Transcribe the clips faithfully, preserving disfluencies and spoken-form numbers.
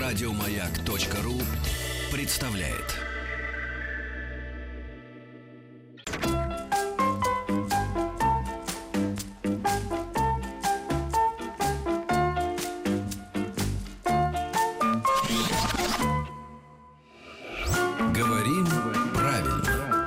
Радиомаяк.ру представляет. Говорим правильно.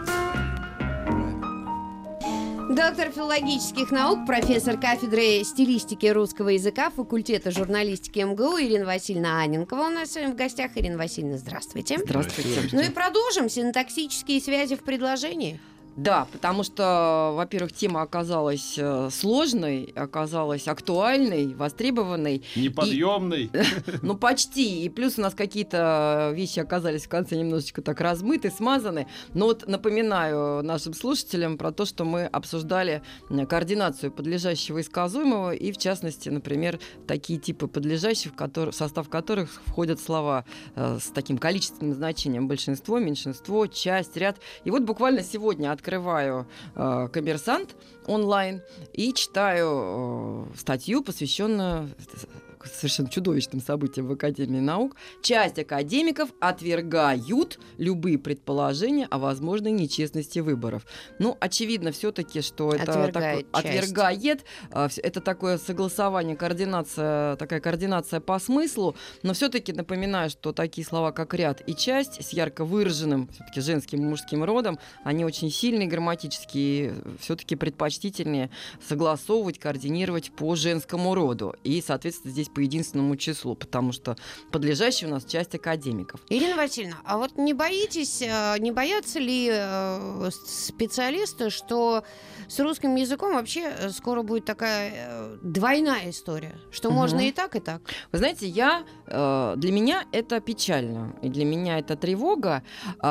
Доктор филологических наук, профессор кафедры стилистики русского языка факультета журналистики МГУ Ирина Васильевна Анненкова у нас сегодня в гостях. Ирина Васильевна, здравствуйте. Здравствуйте. Ну и продолжим синтаксические связи в предложении. Да, потому что, во-первых, тема оказалась э, сложной, оказалась актуальной, востребованной. Неподъемной. И, ну, почти. И плюс у нас какие-то вещи оказались в конце немножечко так размыты, смазаны. Но вот напоминаю нашим слушателям про то, что мы обсуждали координацию подлежащего и сказуемого, и, в частности, например, такие типы подлежащих, в состав которых входят слова э, с таким количественным значением: большинство, меньшинство, часть, ряд. И вот буквально сегодня открываю э, «Коммерсант» онлайн и читаю э, статью, посвященную совершенно чудовищным событиям в Академии наук. Часть академиков отвергают любые предположения о возможной нечестности выборов. Ну, очевидно все-таки, что это Отвергает такое, отвергает. Э, это такое согласование, координация, такая координация по смыслу. Но все-таки напоминаю, что такие слова, как ряд и часть, с ярко выраженным все-таки женским и мужским родом, они очень сильные грамматически, все-таки предпочтительнее согласовывать, координировать по женскому роду. И, соответственно, здесь по единственному числу, потому что подлежащий у нас часть академиков. Ирина Васильевна, а вот не боитесь, не боятся ли специалисты, что с русским языком вообще скоро будет такая двойная история, что угу. можно и так, и так? Вы знаете, я, для меня это печально, и для меня это тревога.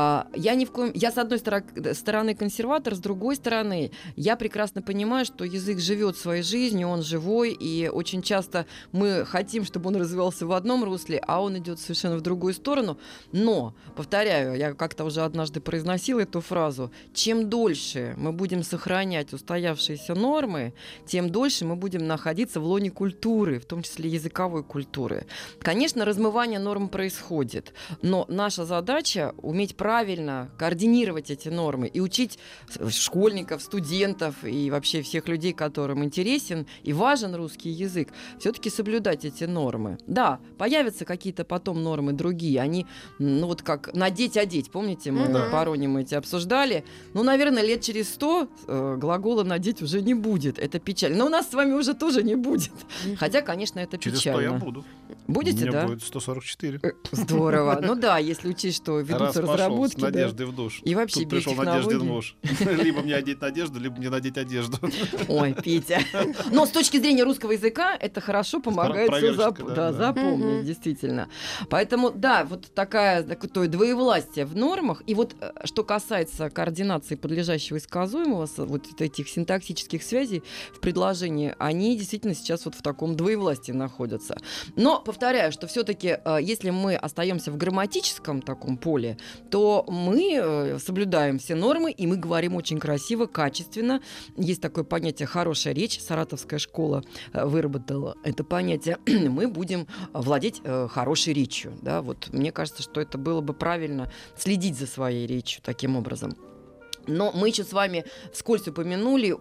Я ни в коем... Я, с одной стороны, консерватор, с другой стороны, я прекрасно понимаю, что язык живет своей жизнью, он живой, и очень часто мы хотим, чтобы он развивался в одном русле, а он идет совершенно в другую сторону. Но, повторяю, я как-то уже однажды произносила эту фразу: чем дольше мы будем сохранять устоявшиеся нормы, тем дольше мы будем находиться в лоне культуры, в том числе языковой культуры. Конечно, размывание норм происходит, но наша задача — уметь правильно координировать эти нормы и учить школьников, студентов и вообще всех людей, которым интересен и важен русский язык, все-таки соблюдать эти нормы. Да, появятся какие-то потом нормы другие. Они, ну вот как надеть-одеть. Помните, мы Mm-hmm. паронимы эти обсуждали. Ну, наверное, лет через сто э, глагола надеть уже не будет. Это печально. Но у нас с вами уже тоже не будет. Mm-hmm. Хотя, конечно, это через печально. Через сто я буду. Будете, Мне да? будет сто сорок четыре. Здорово. Ну да, если учесть, что ведутся Раз разработки. Пошел с надеждой да. в душ. И вообще тут пришел Надеждин муж. Либо мне одеть надежду, либо мне надеть одежду. Ой, Петя. Но с точки зрения русского языка это хорошо помогает все зап... да, да, запомнить, угу. действительно. Поэтому, да, вот такая, такое двоевластие в нормах. И вот что касается координации подлежащего и сказуемого, вот этих синтаксических связей в предложении, они действительно сейчас вот в таком двоевластии находятся. Но, повторяю, что все-таки, если мы остаемся в грамматическом таком поле, то мы соблюдаем все нормы, и мы говорим очень красиво, качественно. Есть такое понятие «хорошая речь». Саратовская школа выработала это понятие. Мы будем владеть э, хорошей речью. Да? Вот, мне кажется, что это было бы правильно следить за своей речью таким образом. Но мы еще с вами вскользь упомянули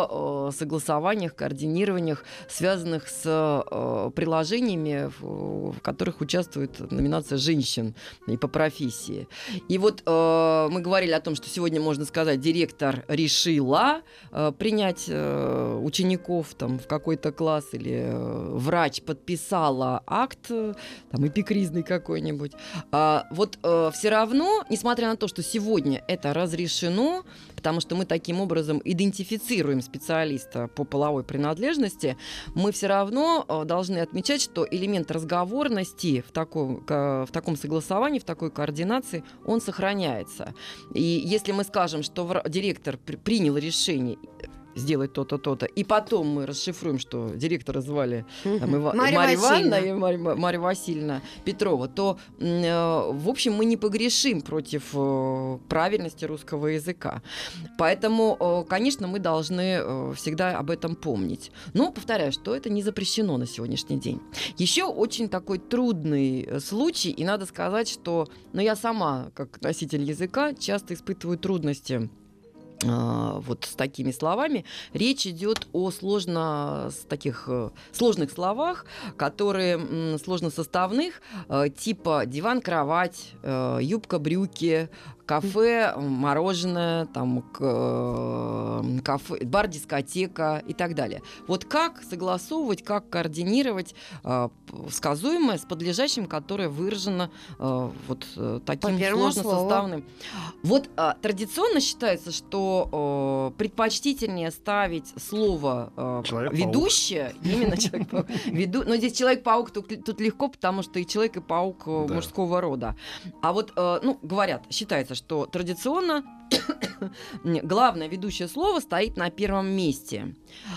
о э, согласованиях, координированиях, связанных с э, приложениями, в, в которых участвует номинация женщин и по профессии. И вот э, мы говорили о том, что сегодня, можно сказать, директор решила э, принять э, учеников там, в какой-то класс, или э, врач подписала акт, э, там, эпикризный какой-нибудь. А вот э, все равно, несмотря на то, что сегодня это разрешено, потому что мы таким образом идентифицируем специалиста по половой принадлежности, мы все равно должны отмечать, что элемент разговорности в таком, в таком согласовании, в такой координации, он сохраняется. И если мы скажем, что директор принял решение сделать то-то, то-то. И потом мы расшифруем, что директора звали там, Ива... Марья Марья Ивановна Васильевна. и Марья, Марья Васильевна Петрова, то, э, в общем, мы не погрешим против э, правильности русского языка. Поэтому, э, конечно, мы должны э, всегда об этом помнить. Но, повторяю, что это не запрещено на сегодняшний день. Еще очень такой трудный случай, и надо сказать, что ну, я сама, как носитель языка, часто испытываю трудности вот с такими словами. Речь идет о сложно, с таких сложных словах, которые м, сложносоставных, э, типа диван, кровать, э, юбка, брюки, кафе, мороженое, там, к, кафе, бар, дискотека и так далее. Вот как согласовывать, как координировать э, сказуемое с подлежащим, которое выражено э, вот э, таким сложносоставным. Вот э, традиционно считается, что э, предпочтительнее ставить слово э, ведущее, именно человек-паук. Веду, но здесь человек-паук тут, тут легко, потому что и человек, и паук э, Да. мужского рода. А вот, э, ну, говорят, считается, что традиционно главное ведущее слово стоит на первом месте.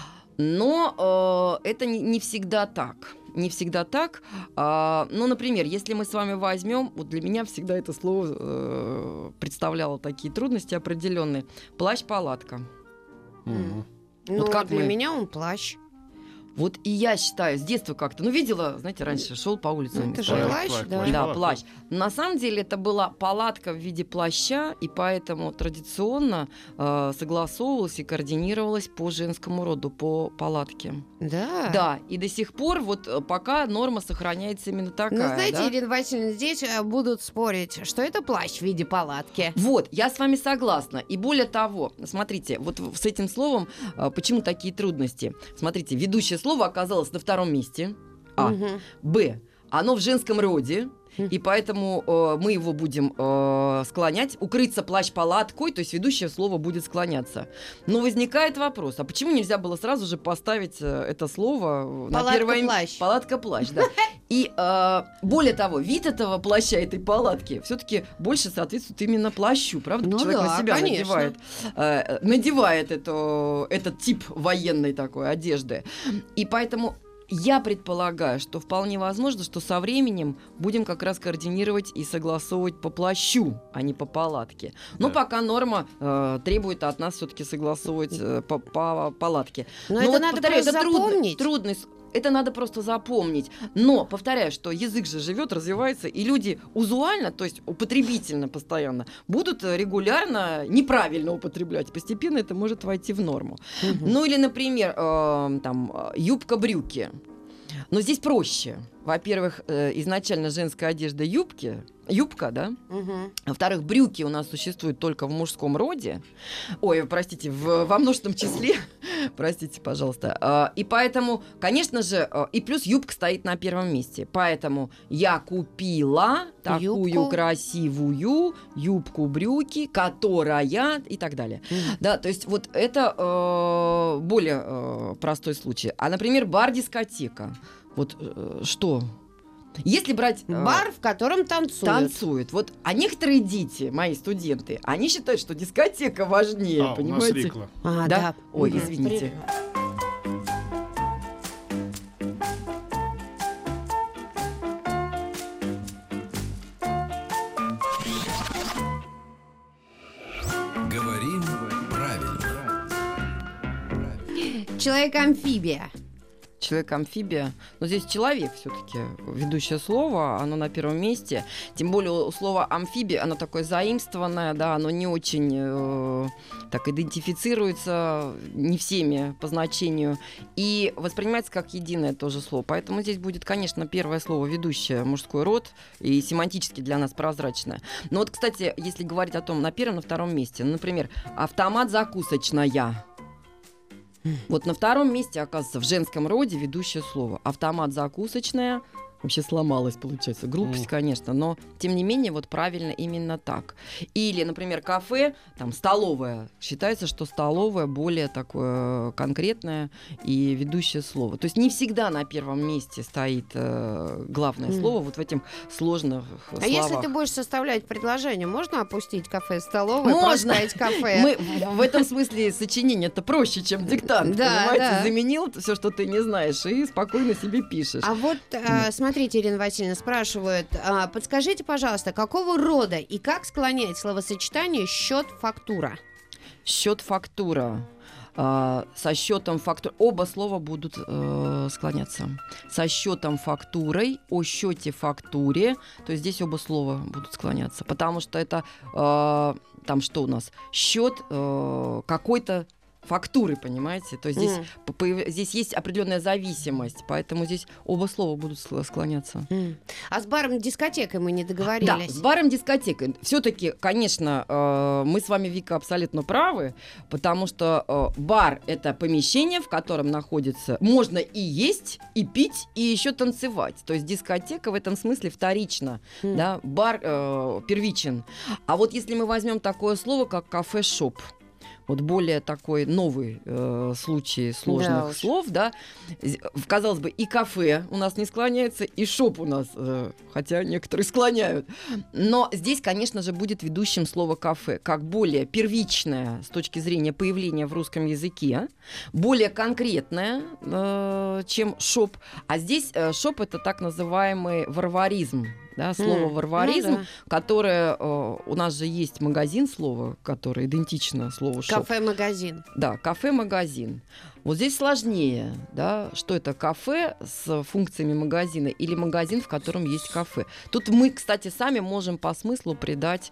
Но э, это не, не всегда так. Не всегда так. А, ну, например, если мы с вами возьмем, вот для меня всегда это слово э, представляло такие трудности определенные. Плащ-палатка. Мгм. Ну, Вот как для мы- меня он плащ. Вот и я считаю, с детства как-то, ну, видела, знаете, раньше шел по улице. Ну, это же Плащ, плащ, плащ, да. плащ. Да, Палатка. плащ. На самом деле это была палатка в виде плаща, и поэтому традиционно э, согласовывалась и координировалась по женскому роду, по палатке. Да. Да, и до сих пор вот э, пока норма сохраняется именно такая. Но знаете, да? Ирина Васильевна, здесь э, будут спорить, что это плащ в виде палатки. Вот, я с вами согласна. И более того, смотрите, вот в- с этим словом э, почему такие трудности? Смотрите, ведущее слово оказалось на втором месте. А. Мгм. Б. Оно в женском роде, Хм. и поэтому э, мы его будем э, склонять, укрыться плащ-палаткой, то есть ведущее слово будет склоняться. Но возникает вопрос, а почему нельзя было сразу же поставить э, это слово на первое м- Палатка-плащ. Палатка-плащ, да. И э, более того, вид этого плаща, этой палатки, все-таки больше соответствует именно плащу, правда? Ну Человек да, на себя конечно. надевает, э, надевает эту, этот тип военной такой одежды. И поэтому я предполагаю, что вполне возможно, что со временем будем как раз координировать и согласовывать по плащу, а не по палатке. Но Да. пока норма э, требует от нас все-таки согласовывать э, по, по палатке. Но Ну это вот, надо повторяю, просто это трудно- запомнить. трудный с- это надо просто запомнить. Но, повторяю, что язык же живет, развивается, и люди узуально, то есть употребительно постоянно, будут э, регулярно неправильно употреблять. Постепенно это может войти в норму. Мгм. Ну или, например, э, там, э, юбка-брюки. Но здесь проще. Во-первых, э, изначально женская одежда юбки, юбка, да? Мгм. Во-вторых, брюки у нас существуют только в мужском роде. Ой, простите, в, во множественном числе. Простите, пожалуйста. А, И поэтому, конечно же, а, и плюс юбка стоит на первом месте. Поэтому я купила такую Юбку. красивую юбку-брюки, которая и так далее. Мгм. Да, то есть вот это э, более э, простой случай. А, например, бар-дискотека. Вот э, что? Если брать... э, Бар, в котором танцуют. танцуют. Вот, а некоторые дети, мои студенты, они считают, что дискотека важнее, А, у нас понимаете? Рикла. А, Да? да. Ой, Мгм. извините. Говорим правильно. Человек-амфибия. Человек-амфибия. Но здесь человек все-таки ведущее слово, оно на первом месте. Тем более у слова амфибия, оно такое заимствованное, да, оно не очень э, так идентифицируется не всеми по значению и воспринимается как единое тоже слово. Поэтому здесь будет, конечно, первое слово ведущее мужской род и семантически для нас прозрачное. Но вот, кстати, если говорить о том на первом, на втором месте, ну, например, автомат закусочная. Вот на втором месте, оказывается, в женском роде ведущее слово. Автомат закусочная, вообще сломалась, получается. Глупость, Mm. конечно, но тем не менее вот правильно именно так. Или, например, кафе, там столовая. Считается, что столовая более такое конкретное и ведущее слово. То есть не всегда на первом месте стоит э, главное Mm. слово вот в этих сложных А словах. если ты будешь составлять предложение, можно опустить кафе, столовую, Можно. просто сказать кафе? Мы в, в этом смысле сочинение это проще, чем диктант. Да, понимаете? да. Заменил все, что ты не знаешь, и спокойно себе пишешь. А вот, а, смотрите, Ирина Васильевна спрашивает, а, подскажите, пожалуйста, какого рода и как склонять словосочетание счет, фактура? Счет, фактура. А, со счетом фактур оба слова будут э, склоняться. Со счетом фактурой, о счете фактуре, то есть здесь оба слова будут склоняться, потому что это э, там что у нас? Счет э, какой-то фактуры, понимаете? То есть здесь, Mm. по- появ- здесь есть определенная зависимость, поэтому здесь оба слова будут сл- склоняться. М. А с баром дискотекой мы не Да, договорились. с баром дискотекой. Все-таки, конечно, э, мы с вами, Вика, абсолютно правы, потому что э, бар — это помещение, в котором находится, можно и есть, и пить, и еще танцевать. То есть дискотека в этом смысле вторична, М. да, бар э, первичен. А вот если мы возьмем такое слово, как кафе-шоп, вот более такой новый э, случай сложных Да уж. слов, да, З- казалось бы, и кафе у нас не склоняется, и шоп у нас, э, хотя некоторые склоняют. Но здесь, конечно же, будет ведущим слово кафе, как более первичное с точки зрения появления в русском языке, более конкретное, э, чем шоп. А здесь э, шоп — это так называемый варваризм. Да, слово М. варваризм, Ну да. которое э, у нас же есть магазин слово, которое идентично слову шоп. Кафе-магазин. Да, кафе-магазин. Вот здесь сложнее, да, что это кафе с функциями магазина или магазин, в котором есть кафе. Тут мы, кстати, сами можем по смыслу придать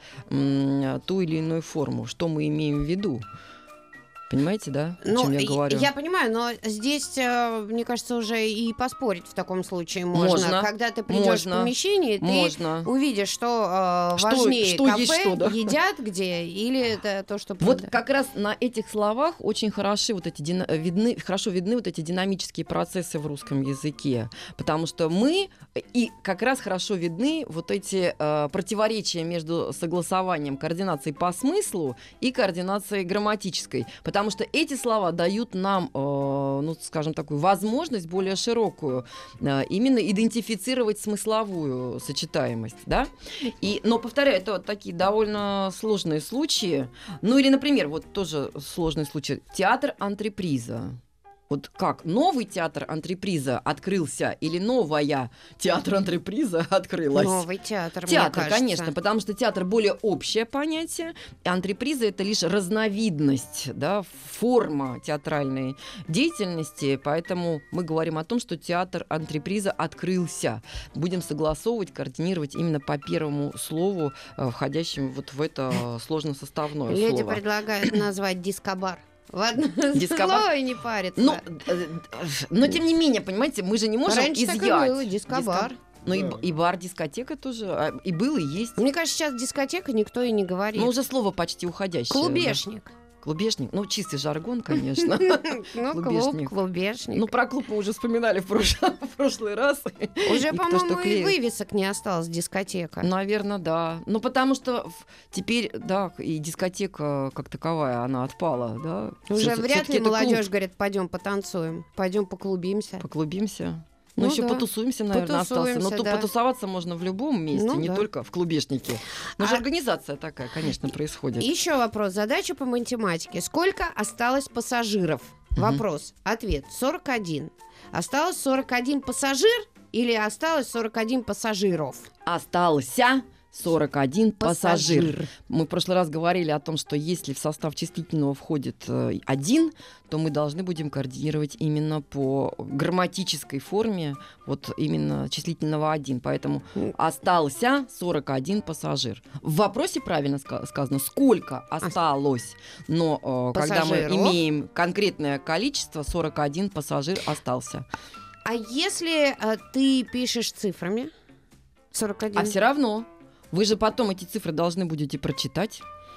м, ту или иную форму, что мы имеем в виду. Понимаете, да, о Ну, чем я и- говорю? я понимаю, но здесь, э, мне кажется, уже и поспорить в таком случае можно. Можно. Когда ты придешь Можно. в помещение, ты Можно. увидишь, что, э, Что- важнее что кафе, есть что, да. едят где, или это то, что Вот продают. как раз на этих словах очень хороши вот эти дина- видны, хорошо видны вот эти динамические процессы в русском языке, потому что мы и как раз хорошо видны вот эти э, противоречия между согласованием координации по смыслу и координацией грамматической, потому что эти слова дают нам, э, ну, скажем, такую возможность более широкую э, именно идентифицировать смысловую сочетаемость, да. И, но повторяю, это вот такие довольно сложные случаи. Ну или, например, вот тоже сложный случай. Театр антреприза. Вот как новый театр антреприза открылся или новая театр антреприза открылась? Новый театр, Театр, мне кажется. конечно, потому что театр более общее понятие, и антреприза — это лишь разновидность, да, форма театральной деятельности, поэтому мы говорим о том, что театр антреприза открылся. Будем согласовывать, координировать именно по первому слову, э, входящему вот в это сложносоставное Люди слово. предлагают назвать дискобар. Ладно, Дискобар? слово не парится. Но, э, э, но тем не менее, понимаете, мы же не можем Раньше так и изъять. было, дискобар. Диско- Ну и, Да. б- и бар, дискотека тоже, а, и был, и есть. Мне кажется, сейчас дискотека никто и не говорит. Но уже слово почти уходящее. да. Клубешник. Клубешник. Ну, чистый жаргон, конечно. Ну, клуб, Клубешник. клубешник. Ну, про клуб мы уже вспоминали в прошлый, в прошлый раз. Уже, И кто по-моему, что и клеит. вывесок не осталось дискотека. Наверное, да. Ну, потому что в- теперь, да, и дискотека как таковая, она отпала, да. Уже Всё- вряд всё-таки ли это молодежь клуб. говорит, пойдем потанцуем, пойдем поклубимся. Поклубимся. Ну, Ну еще да. потусуемся, наверное, остался. Но Потусуемся, то да. потусоваться можно в любом месте, Ну не да. только в клубешнике. Но же А- организация такая, конечно, происходит. Еще вопрос. Задача по математике. Сколько осталось пассажиров? Мгм. Вопрос. Ответ. сорок один. Осталось сорок один пассажир или осталось сорок один пассажиров? Остался сорок один пассажир. Пассажир. Мы в прошлый раз говорили о том, что если в состав числительного входит э, один, то мы должны будем координировать именно по грамматической форме, вот именно числительного один. Поэтому остался сорок один пассажир. В вопросе правильно ска- сказано, сколько осталось, но э, когда мы Пассажиров. имеем конкретное количество, сорок один пассажир остался. А если э, ты пишешь цифрами? сорок один. А все равно, вы же потом эти цифры должны будете прочитать.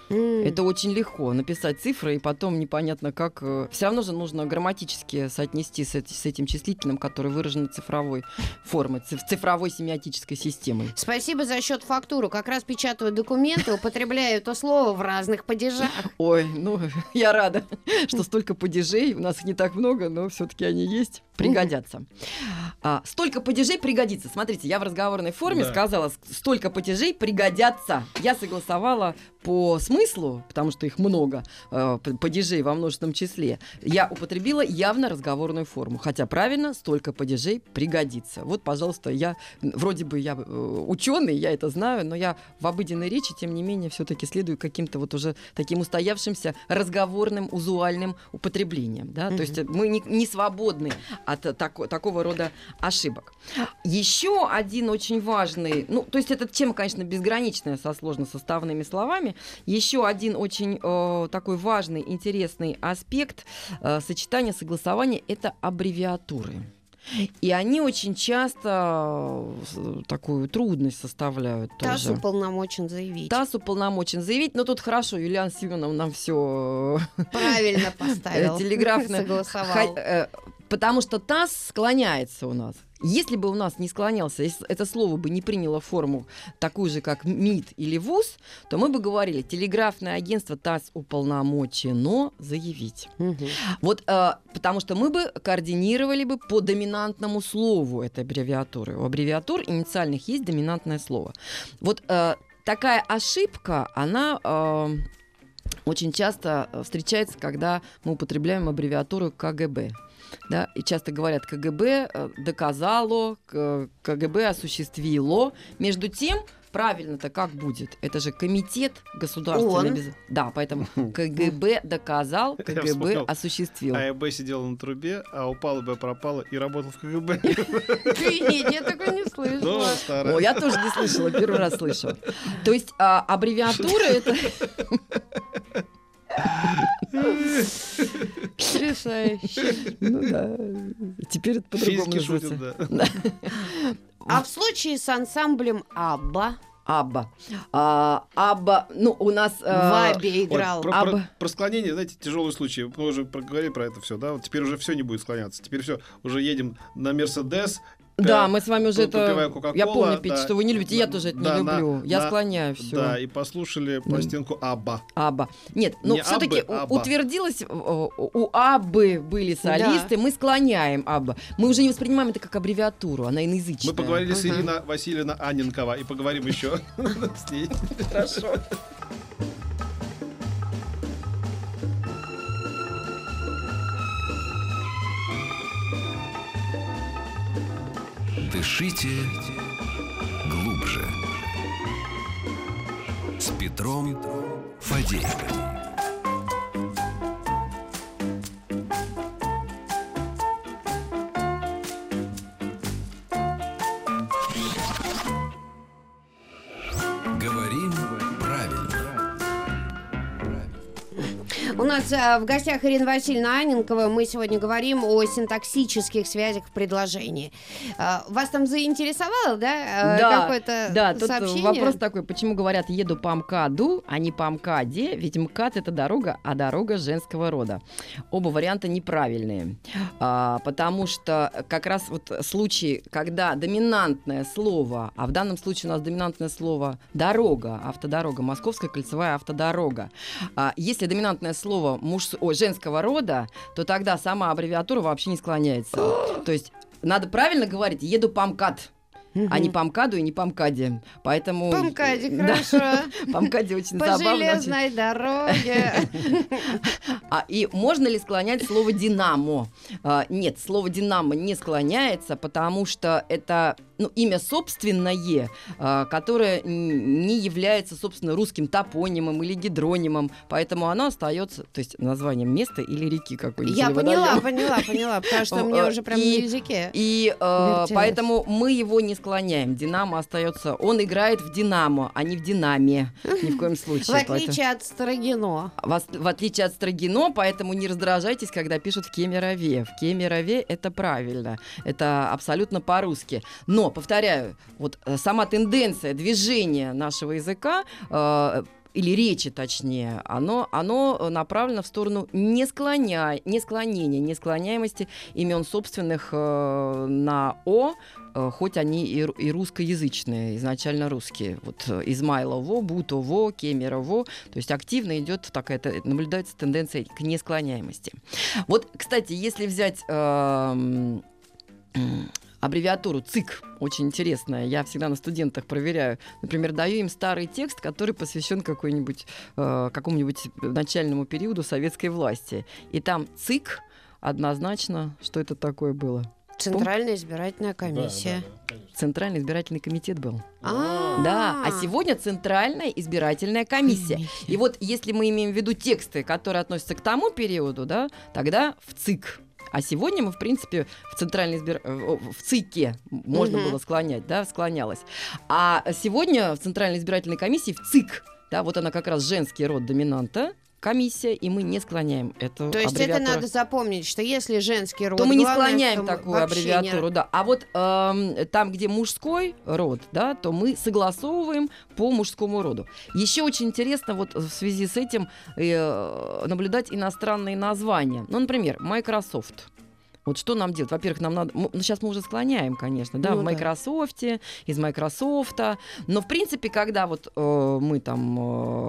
М. Это очень легко написать цифры, и потом непонятно как. Все равно же нужно грамматически соотнести с, эти- с этим числительным, который выражен цифровой формой, циф- цифровой семиотической системой. Спасибо за счет фактуру. Как раз печатаю документы, употребляю это слово в разных падежах. Ой, ну я рада, что столько падежей. У нас их не так много, но все-таки они есть. Пригодятся. А, столько падежей пригодится. Смотрите, я в разговорной форме Да. сказала, с- столько падежей пригодятся. Я согласовала по смыслу, потому что их много, э, п- падежей во множественном числе. Я употребила явно разговорную форму. Хотя правильно, столько падежей пригодится. Вот, пожалуйста, я, м, вроде бы я э, ученый, я это знаю, но я в обыденной речи, тем не менее, все-таки следую каким-то вот уже таким устоявшимся разговорным, узуальным употреблением. Да? То есть мы не, не свободны от э, тако- такого рода ошибок. Еще один очень важный, ну, то есть эта тема, конечно, безграничная со сложносоставными словами. Еще один очень э, такой важный, интересный аспект э, сочетания, согласования – это аббревиатуры. И они очень часто э, такую трудность составляют ТАСС тоже. уполномочен заявить. ТАСС уполномочен заявить, но тут хорошо, Юлиана Семеновна нам все Правильно поставил. телеграфно. Согласовал. Ха- э, Потому что ТАСС склоняется у нас. Если бы у нас не склонялся, если это слово бы не приняло форму такую же, как МИД или ВУЗ, то мы бы говорили, телеграфное агентство ТАСС уполномочено заявить. Мгм. Вот, э, потому что мы бы координировали бы по доминантному слову этой аббревиатуры. У аббревиатур инициальных есть доминантное слово. Вот э, такая ошибка, она э, очень часто встречается, когда мы употребляем аббревиатуру КГБ. Да, и часто говорят, КГБ э, доказало, К- КГБ осуществило. Между тем, правильно-то как будет? Это же комитет государственной Он. безопасности. Да, поэтому КГБ доказал, Я КГБ вспомнил. осуществил. А Б сидела на трубе, а упала Б пропала и работал в КГБ. Нет, я такое не Ну, слышала. старая. О, я тоже не слышала, первый раз слышу. То есть а, аббревиатура это... Потрясающе. Ну да, теперь это по-другому Физики называется. шутят, да. А в случае с ансамблем Абба Абба. А, Абба, ну, у нас... в а, Абе играл. Вот, про, Аб- про- про склонение, знаете, тяжелый случай. Мы уже проговорили про это все, да? Вот теперь уже все не будет склоняться. Теперь все, уже едем на Мерседес. Да, мы с вами уже это... попивая Кока-Колу, Я помню, Петя, да. что вы не любите, я тоже это Да, не на- люблю. Я на- склоняю все. Да, и послушали пластинку Абба. Абба. Нет, ну Не все-таки Аббы, Абба. утвердилось, э, у Аббы были солисты, мы склоняем Абба. Мы уже не воспринимаем это как аббревиатуру, она иноязычная. Мы поговорили с Ага. Ириной Васильевной Анненкова и поговорим еще с ней. Хорошо. Дышите глубже. С Петром Фадеевым. Говорим правильно. У нас а, в гостях Ирина Васильевна Анненкова. Мы сегодня говорим о синтаксических связях в предложении. А, вас там заинтересовало, да, а, Да, какое-то Да, тут сообщение? вопрос такой, почему говорят «еду по МКАДу», а не по МКАДе, ведь МКАД — это дорога, а дорога женского рода. Оба варианта неправильные, а, потому что как раз вот случай, когда доминантное слово, а в данном случае у нас доминантное слово «дорога», автодорога, Московская кольцевая автодорога. А, если доминантное слово муж... Ой, женского рода, то тогда сама аббревиатура вообще не склоняется. То есть надо правильно говорить «еду по МКАД», а не по МКАДу и не по МКАДе. Поэтому... По МКАДе, Да, хорошо. по МКАДе очень По забавно. очень. железной дороге. А, и можно ли склонять слово «динамо»? А, нет, слово «динамо» не склоняется, потому что это ну, имя собственное, а, которое н- не является, собственно, русским топонимом или гидронимом, поэтому оно остается, то есть названием места или реки какой-нибудь. Я или поняла, водоема. поняла, поняла, потому что мне Э, уже прям и- на языке. И э, Вертелось. поэтому мы его не склоняем. Динамо остается. Он играет в Динамо, а не в Динаме. Ни в коем случае. В отличие от Строгино. Вас- в отличие от Строгино, поэтому не раздражайтесь, когда пишут в Кемерове. В Кемерове это правильно. Это абсолютно по-русски. Но, повторяю, вот э, сама тенденция движения нашего языка э, или речи точнее, оно, оно направлено в сторону не, склоня, не склонения, не склоняемости имен собственных э, на «о», э, хоть они и, и русскоязычные, изначально русские. Вот Измайлово, Бутово, Кемерово. То есть активно идет такая, наблюдается тенденция к несклоняемости. Вот, кстати, если взять... Э, аббревиатуру ЦИК, очень интересная. Я всегда на студентах проверяю. Например, даю им старый текст, который посвящен какой-нибудь, э, какому-нибудь начальному периоду советской власти. И там ЦИК однозначно, что это такое было? Центральная избирательная комиссия. Да, да, да, Центральный избирательный комитет был. А-а-а. Да, а сегодня Центральная избирательная комиссия. комиссия. И вот если мы имеем в виду тексты, которые относятся к тому периоду, да, тогда в ЦИК. А сегодня мы, в принципе, в центральной избир... в ЦИКе можно uh-huh. было склонять, да, склонялось. А сегодня в Центральной избирательной комиссии в ЦИК, да, вот она как раз женский род доминанта, комиссия, и мы не склоняем эту То есть аббревиатуру. это надо запомнить, что если женский род, то мы не главное, склоняем такую аббревиатуру, не... да. А вот э, там, где мужской род, да, то мы согласовываем по мужскому роду. Еще очень интересно вот в связи с этим э, наблюдать иностранные названия. Ну, например, Microsoft. Вот что нам делать? Во-первых, нам надо... Ну, сейчас мы уже склоняем, конечно, да, ну, в Microsoft, да. из Microsoft. Но, в принципе, когда вот э, мы там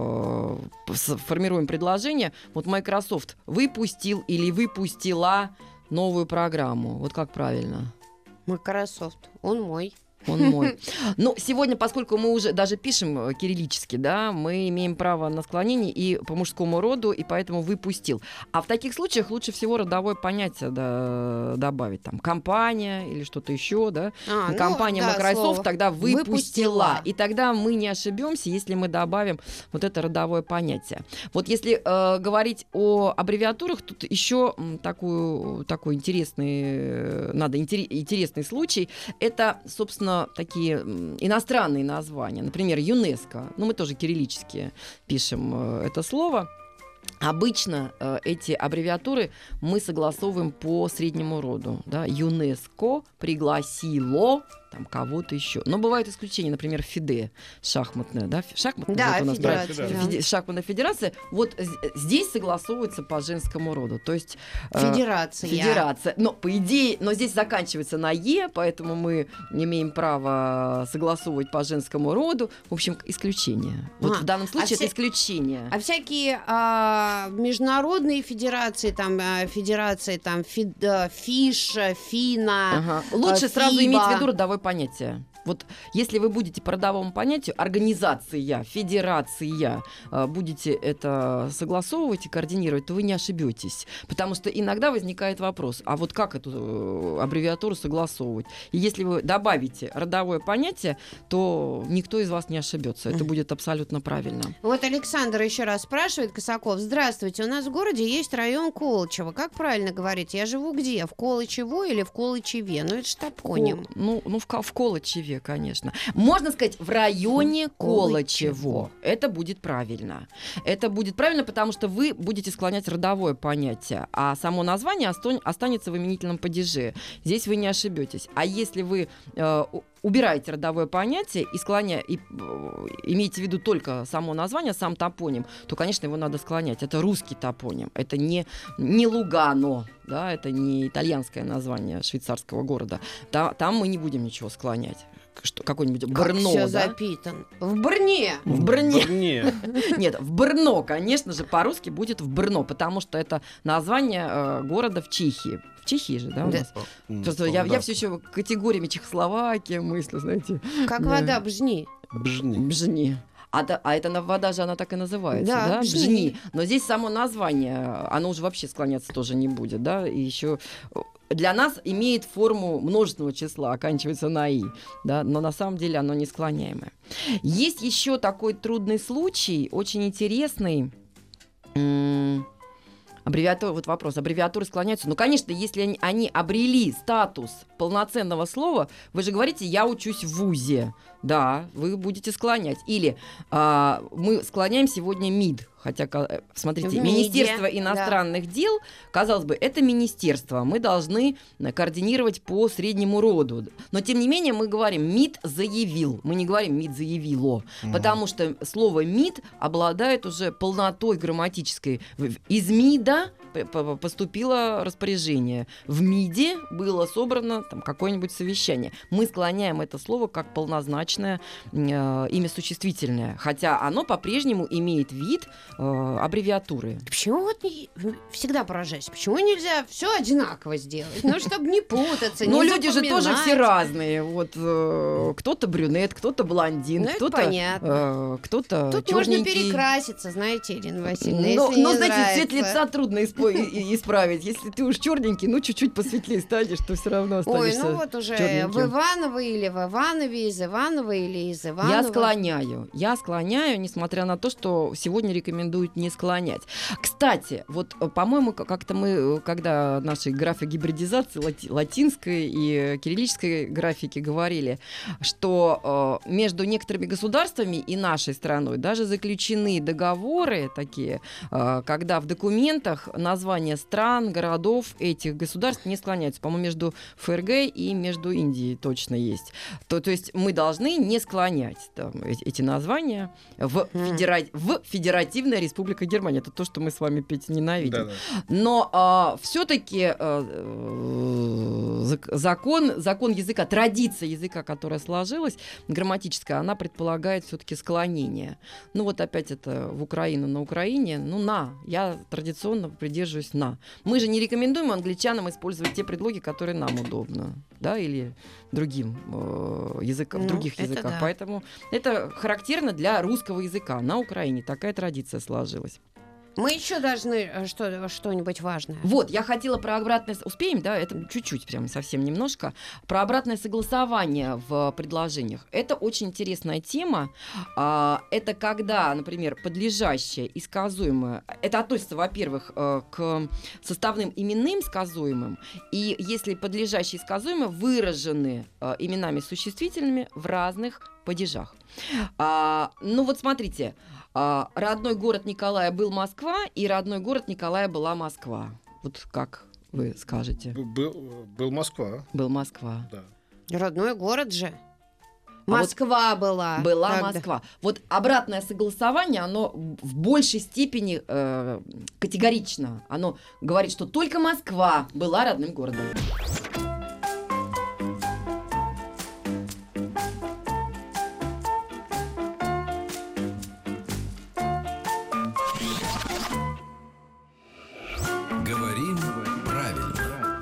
э, формируем предложение, вот Microsoft выпустил или выпустила новую программу. Вот как правильно? Microsoft, он мой. Он мой. Ну, сегодня, поскольку мы уже даже пишем кириллически, да, мы имеем право на склонение и по мужскому роду, и поэтому выпустил. А в таких случаях лучше всего родовое понятие да, добавить. Там компания или что-то еще, да. А, компания ну, да, Microsoft слово. Тогда выпустила. выпустила. И тогда мы не ошибемся, если мы добавим вот это родовое понятие. Вот если э, говорить о аббревиатурах, тут еще такую, такой интересный, надо, интересный случай. Это, собственно, такие иностранные названия, например, ЮНЕСКО, ну мы тоже кириллически пишем э, это слово. Обычно э, эти аббревиатуры мы согласовываем по среднему роду. Да? ЮНЕСКО пригласило там кого-то еще. Но бывают исключения, например, ФИДЕ, шахматная, да, шахматная, да, вот у нас федерация, да. Феди... шахматная федерация. Вот здесь согласовывается по женскому роду, то есть федерация. Э, федерация. Но по идее, но здесь заканчивается на е, поэтому мы не имеем права согласовывать по женскому роду. В общем, исключение. Вот а, в данном случае а это вся... исключение. А всякие а, международные федерации, там федерации, там фид... ФИШ, ФИНА, ага. Лучше а, сразу ФИБА. иметь в виду родовое понятие. Вот если вы будете по родовому понятию организация, федерация, будете это согласовывать и координировать, то вы не ошибетесь. Потому что иногда возникает вопрос, а вот как эту аббревиатуру согласовывать? И если вы добавите родовое понятие, то никто из вас не ошибется. Это будет абсолютно правильно. Вот Александр еще раз спрашивает, Косаков, здравствуйте, у нас в городе есть район Колычево. Как правильно говорить? Я живу где? В Колычево или в Колычеве? Ну, это ж топоним. Ну, ну в, в Колычеве, конечно. Можно сказать, в районе Колычево. Это будет правильно. Это будет правильно, потому что вы будете склонять родовое понятие, а само название останется в именительном падеже. Здесь вы не ошибетесь. А если вы э, убираете родовое понятие и склоня... и, э, имеете в виду только само название, сам топоним, то, конечно, его надо склонять. Это русский топоним. Это не, не Лугано, да, это не итальянское название швейцарского города. Та, там мы не будем ничего склонять. Что, какой-нибудь Брно, как все да? запитан. В Брне. В Брне. Брне. Нет, в Брно, конечно же, по-русски будет в Брно, потому что это название э, города в Чехии. В Чехии же, да, у нас? Mm, Просто я, я все еще категориями Чехословакия мыслю, знаете. Как да. вода Бжни. Бжни. Бжни. А, да, а эта вода же, она так и называется, да, да? Бжни. Бжни. Но здесь само название, оно уже вообще склоняться тоже не будет, да, и еще для нас имеет форму множественного числа, оканчивается на «и», да, но на самом деле оно не склоняемое. Есть еще такой трудный случай, очень интересный. Аббревиатура, вот вопрос, аббревиатуры склоняются. Ну, конечно, если они, они обрели статус полноценного слова, вы же говорите «я учусь в вузе». Да, вы будете склонять. Или а, мы склоняем сегодня МИД. Хотя, смотрите, в Министерство МИДе, иностранных да. дел, казалось бы, это министерство. Мы должны координировать по среднему роду. Но, тем не менее, мы говорим «МИД заявил». Мы не говорим «МИД заявило». Mm-hmm. Потому что слово «МИД» обладает уже полнотой грамматической. Из МИДа поступило распоряжение. В МИДе было собрано там какое-нибудь совещание. Мы склоняем это слово как полнозначное э, имя существительное. Хотя оно по-прежнему имеет вид э, аббревиатуры. Почему вот не, всегда поражаюсь? Почему нельзя все одинаково сделать? Ну, чтобы не путаться, не Но люди же запоминать. тоже все разные. Вот э, кто-то брюнет, кто-то блондин, ну, кто-то понятно. Э, кто-то Тут чёрненький. можно перекраситься, знаете, Ирина Васильевна. Но, если но не знаете, нравится. цвет лица трудно испо- исправить. Если ты уж черненький, ну чуть-чуть посветлее станешь, то все равно Ой, останешься ну вот уже чёрненьким. в Иваново или в Иванове, из Иванова или из Иванова. Я склоняю. Я склоняю, несмотря на то, что сегодня рекомендуют не склонять. Кстати, вот, по-моему, как-то мы, когда нашей графогибридизации лати- латинской и кириллической графики говорили, что э, между некоторыми государствами и нашей страной даже заключены договоры такие, э, когда в документах названия стран, городов этих государств не склоняются. По-моему, между ФРГ и между Индией точно есть. То, то есть мы должны не склонять там, эти, эти названия в, Mm. федера... в Федеративная Республика Германия. Это то, что мы с вами, Петя, ненавидим. Да-да. Но а, все-таки а, закон, закон языка, традиция языка, которая сложилась, грамматическая, она предполагает все-таки склонение. Ну вот опять это в Украину, на Украине, ну на. Я традиционно придерживаюсь на. Мы же не рекомендуем англичанам использовать те предлоги, которые нам удобно, да, или другим э, языкам, в Ну, других это языках. да. Поэтому это характерно для русского языка. На Украине такая традиция сложилась. Мы еще должны э, что, что-нибудь важное. Вот, я хотела про обратное... с- Успеем, да? Это чуть-чуть, прям совсем немножко. Про обратное согласование в предложениях. Это очень интересная тема. А, Это когда, например, подлежащее и сказуемое... Это относится, во-первых, э, к составным именным сказуемым. И если подлежащие и сказуемые выражены э, именами существительными в разных падежах. А, Ну вот смотрите... А, родной город Николая был Москва, и родной город Николая была Москва. Вот как вы скажете? Б- Был, был Москва, Был Москва. да. Родной город же. А Москва была. Была Когда? Москва. Вот обратное согласование, оно в большей степени э, категорично. Оно говорит, что только Москва была родным городом. Говорим правильно.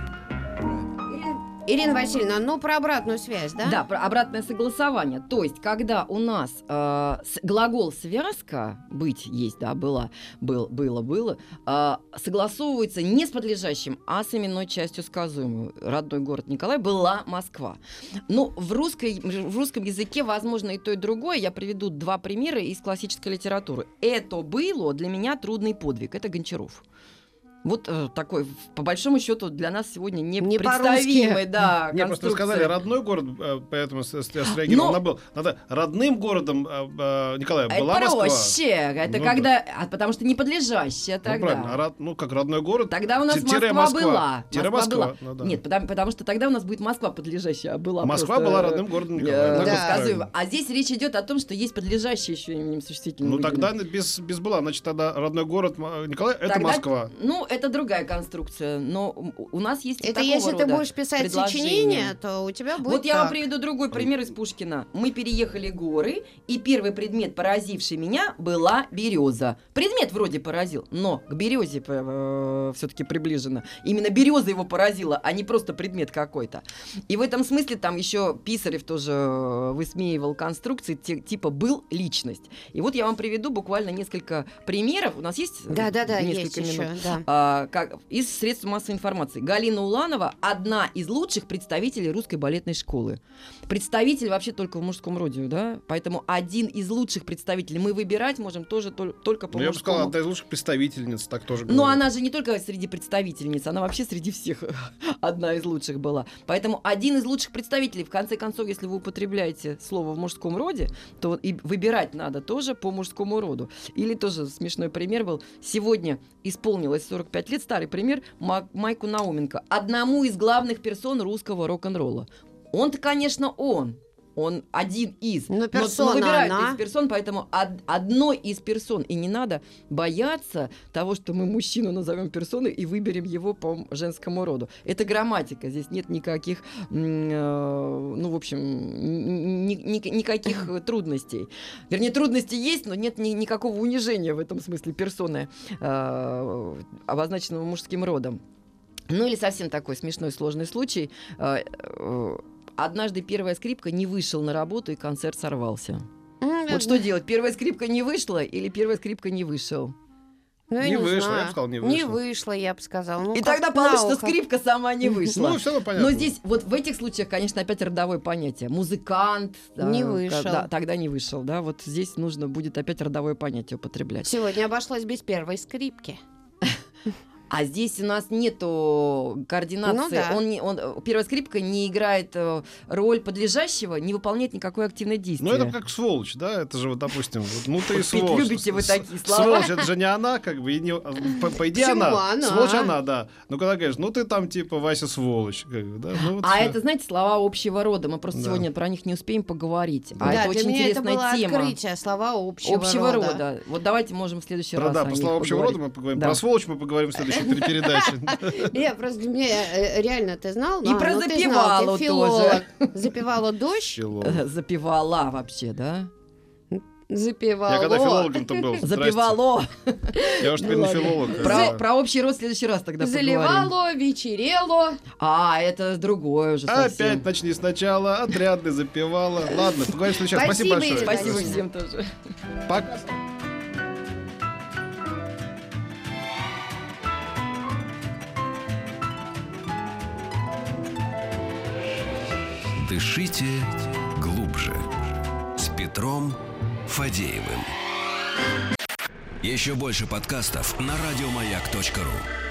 Ирина Васильевна, ну про обратную связь, да? Да, про обратное согласование. То есть, когда у нас э, с- глагол связка быть есть, да, была, был, было, было, э, согласовывается не с подлежащим, а с именной частью сказуемой. Родной город Николай была Москва. Ну, в, русской, в русском языке, возможно, и то, и другое. Я приведу два примера из классической литературы. Это было для меня трудный подвиг. Это Гончаров. Вот э, такой, по большому счету, для нас сегодня Не непредставимый, по-русски. да, Мне просто конструкция. сказали родной город, э, поэтому с- с- я среагировал. Но- Надо было- надо родным городом э, э, Николая Это была Москва. проще, это Ну когда, а, потому что не подлежащая Ну, тогда. правильно, а род- ну как родной город. Тогда у нас Т- тире Москва, Москва. была. Тире Москва Москва, была. ну да. Нет, потому, потому что тогда у нас будет Москва подлежащая, а была Москва просто, была родным городом э, Николая. Так Да. вот сказуемо. правильно. А здесь речь идет о том, что есть подлежащие еще именем существительным. Ну выделено. тогда без, без была, значит тогда родной город М- Николая это Тогда- Москва. Ну, это другая конструкция, но у у нас есть и Это такого если ты рода будешь писать предложения. сочинение, то у тебя будет Вот я вам так. приведу другой пример из Пушкина. Мы переехали горы, и первый предмет, поразивший меня, была береза. Предмет вроде поразил, но к березе все-таки приближено. Именно береза его поразила, а не просто предмет какой-то. И в этом смысле там еще Писарев тоже э, высмеивал конструкции те- типа «был личность». И вот я вам приведу буквально несколько примеров. У нас есть э, Да, да, да, есть несколько минут? еще, да. А, а, как, из средств массовой информации. Галина Уланова – одна из лучших представителей русской балетной школы. Представитель вообще только в мужском роде, да? Поэтому один из лучших представителей. Мы выбирать можем тоже тол- только по Ну, я бы мужскому. сказал, одна из лучших представительниц, так тоже Но говорят. она же не только среди представительниц, она вообще среди всех одна из лучших была. Поэтому один из лучших представителей. В конце концов, если вы употребляете слово в мужском роде, то и выбирать надо тоже по мужскому роду. Или тоже смешной пример был. Сегодня исполнилось сорок пять лет, старый пример, Майку Науменко. Одному из главных персон русского рок-н-ролла. Он-то, конечно, он. Он один из. Но но, персона но выбирают она. из персон, поэтому од- одной из персон. И не надо бояться того, что мы мужчину назовем персоной и выберем его по женскому роду. Это грамматика. Здесь нет никаких, м, э, ну, в общем, ни- ни- никаких трудностей. Вернее, трудности есть, но нет ни- никакого унижения в этом смысле персоны, э, обозначенного мужским родом. Ну или совсем такой смешной сложный случай. Э, э, Однажды первая скрипка не вышел на работу, и концерт сорвался. М, Вот что делать? Первая скрипка не вышла или первая скрипка не вышел? Ну, я Не вышло, я знаю. бы сказал, не Не вышло. вышло, я бы сказала. Ну, И как тогда на получится, ухо. скрипка сама не вышла. Ну, все равно понятно. Но здесь, вот в этих случаях, конечно, опять родовое понятие. Музыкант. Не да, вышел. да, тогда не вышел, да. Вот здесь нужно будет опять родовое понятие употреблять. Сегодня обошлось без первой скрипки. А здесь у нас нету координации. Ну да. он не, он, первая скрипка не играет э, роль подлежащего, не выполняет никакой активной действия. Ну, это как сволочь, да? Это же, вот, допустим, вот, ну ты и Вот сволочь. любите вы С- такие слова. Сволочь, это же не она, как бы, и не, по, по идее Почему она. она? Сволочь она, да. Ну, когда говоришь, ну ты там, типа, Вася сволочь, как бы, да? Ну, вот А всё. это, знаете, слова общего рода. Мы просто Да. сегодня про них не успеем поговорить. А Да, это для очень меня это интересная было тема. открытие, слова общего, Общего рода. рода. Вот давайте можем в следующий Про, раз да, о по них словам общего поговорить. рода мы поговорим. Да. Про сволочь мы поговорим в следующей передаче. Я просто для меня э, реально ты знал? И А, про ну, ты знал, запевалу ты филолог. тоже. Запевала дождь, Филолог. Э, Запевала вообще, да? запевала. Я когда филологом-то был. здрасте. Запевало. Я уж теперь Ну не ладно. филолог. Про, а- про общий род в следующий раз тогда поговорим. Заливало, вечерело. А, это другое уже совсем. Опять начни сначала, отрядный запевала. Ладно, поговорим в следующий раз. Спасибо Спасибо, большое. Спасибо Конечно. всем тоже. Пока. Дышите глубже. С Петром Фадеевым. Еще больше подкастов на радиомаяк точка ру.